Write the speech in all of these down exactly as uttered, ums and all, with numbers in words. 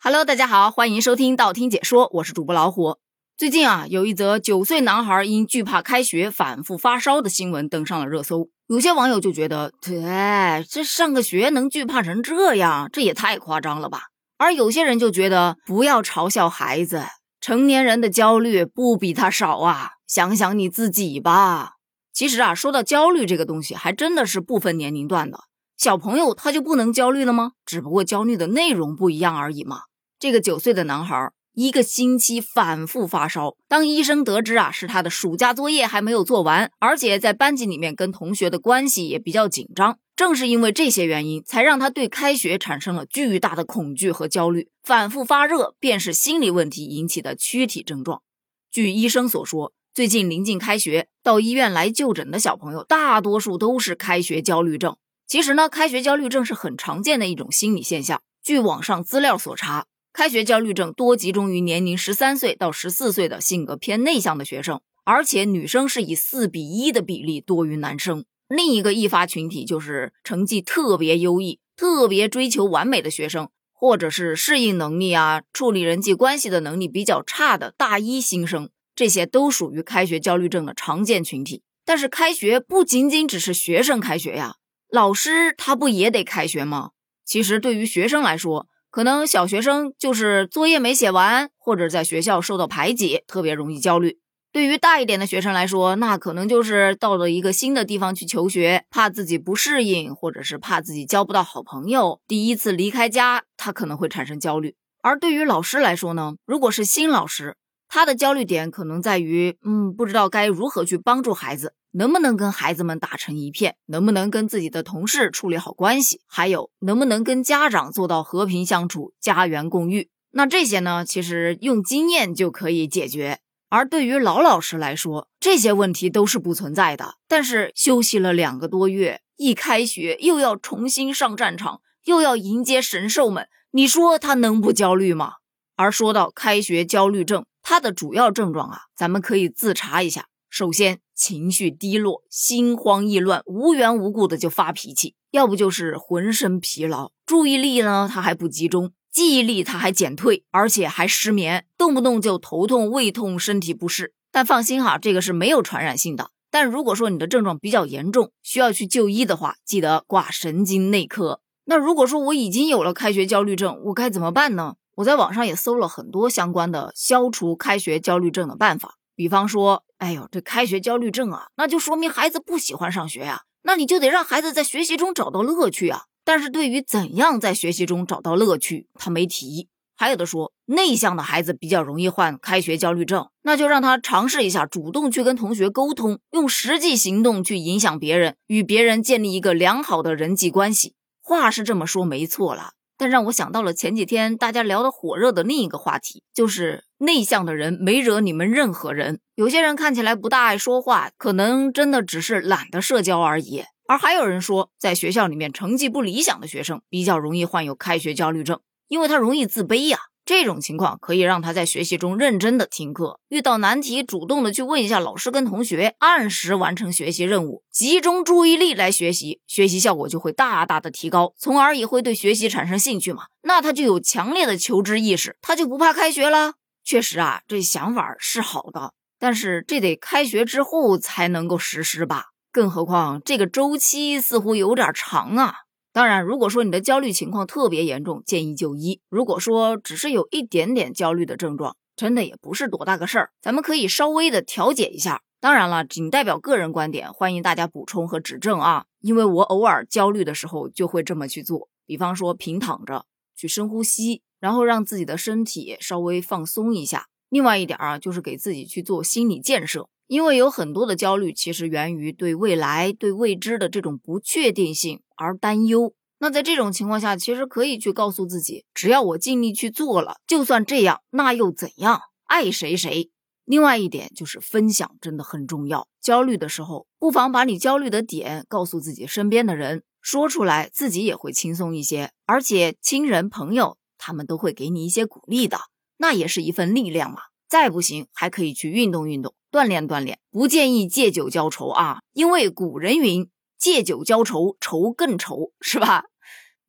Hello， 大家好，欢迎收听道听解说，我是主播老虎。最近啊，有一则九岁男孩因惧怕开学反复发烧的新闻登上了热搜。有些网友就觉得，对，这上个学能惧怕成这样，这也太夸张了吧。而有些人就觉得，不要嘲笑孩子，成年人的焦虑不比他少啊，想想你自己吧。其实啊，说到焦虑这个东西，还真的是不分年龄段的。小朋友他就不能焦虑了吗？只不过焦虑的内容不一样而已嘛。这个九岁的男孩一个星期反复发烧，当医生得知啊是他的暑假作业还没有做完，而且在班级里面跟同学的关系也比较紧张，正是因为这些原因，才让他对开学产生了巨大的恐惧和焦虑。反复发热便是心理问题引起的躯体症状。据医生所说，最近临近开学，到医院来就诊的小朋友大多数都是开学焦虑症。其实呢，开学焦虑症是很常见的一种心理现象。据网上资料所查，开学焦虑症多集中于年龄十三岁到十四岁的性格偏内向的学生，而且女生是以四比一的比例多于男生。另一个易发群体就是成绩特别优异、特别追求完美的学生，或者是适应能力啊、处理人际关系的能力比较差的大一新生，这些都属于开学焦虑症的常见群体。但是开学不仅仅只是学生开学呀，老师他不也得开学吗？其实对于学生来说，可能小学生就是作业没写完，或者在学校受到排挤，特别容易焦虑。对于大一点的学生来说，那可能就是到了一个新的地方去求学，怕自己不适应，或者是怕自己交不到好朋友，第一次离开家，他可能会产生焦虑。而对于老师来说呢，如果是新老师，他的焦虑点可能在于，嗯，不知道该如何去帮助孩子，能不能跟孩子们打成一片，能不能跟自己的同事处理好关系，还有能不能跟家长做到和平相处，家园共育。那这些呢，其实用经验就可以解决。而对于老老师来说，这些问题都是不存在的。但是休息了两个多月，一开学又要重新上战场，又要迎接神兽们，你说他能不焦虑吗？而说到开学焦虑症，它的主要症状啊，咱们可以自查一下。首先，情绪低落，心慌意乱，无缘无故的就发脾气，要不就是浑身疲劳，注意力呢它还不集中，记忆力它还减退，而且还失眠，动不动就头痛、胃痛、身体不适。但放心哈，这个是没有传染性的。但如果说你的症状比较严重，需要去就医的话，记得挂神经内科。那如果说我已经有了开学焦虑症，我该怎么办呢？我在网上也搜了很多相关的消除开学焦虑症的办法。比方说，哎呦，这开学焦虑症啊，那就说明孩子不喜欢上学啊，那你就得让孩子在学习中找到乐趣啊。但是对于怎样在学习中找到乐趣，他没提。还有的说，内向的孩子比较容易患开学焦虑症，那就让他尝试一下主动去跟同学沟通，用实际行动去影响别人，与别人建立一个良好的人际关系。话是这么说没错了，但让我想到了前几天大家聊得火热的另一个话题，就是内向的人没惹你们任何人。有些人看起来不大爱说话，可能真的只是懒得社交而已。而还有人说，在学校里面成绩不理想的学生比较容易患有开学焦虑症，因为他容易自卑呀。这种情况可以让他在学习中认真的听课，遇到难题主动的去问一下老师跟同学，按时完成学习任务，集中注意力来学习，学习效果就会大大的提高，从而也会对学习产生兴趣嘛。那他就有强烈的求知意识，他就不怕开学了。确实啊，这想法是好的，但是这得开学之后才能够实施吧，更何况这个周期似乎有点长啊。当然，如果说你的焦虑情况特别严重，建议就医。如果说只是有一点点焦虑的症状，真的也不是多大个事儿，咱们可以稍微的调节一下。当然了，仅代表个人观点，欢迎大家补充和指正啊。因为我偶尔焦虑的时候就会这么去做，比方说平躺着，去深呼吸，然后让自己的身体稍微放松一下。另外一点啊，就是给自己去做心理建设。因为有很多的焦虑其实源于对未来、对未知的这种不确定性而担忧。那在这种情况下，其实可以去告诉自己，只要我尽力去做了，就算这样，那又怎样？爱谁谁。另外一点就是分享真的很重要。焦虑的时候，不妨把你焦虑的点告诉自己身边的人，说出来自己也会轻松一些，而且亲人朋友他们都会给你一些鼓励的，那也是一份力量嘛。再不行，还可以去运动运动，锻炼锻炼，不建议借酒浇愁啊，因为古人云，借酒浇愁，愁更愁，是吧？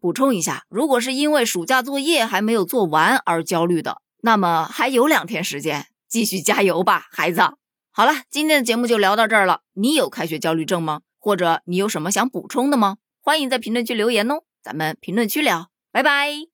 补充一下，如果是因为暑假作业还没有做完而焦虑的，那么还有两天时间，继续加油吧，孩子。好了，今天的节目就聊到这儿了。你有开学焦虑症吗？或者你有什么想补充的吗？欢迎在评论区留言哦，咱们评论区聊，拜拜。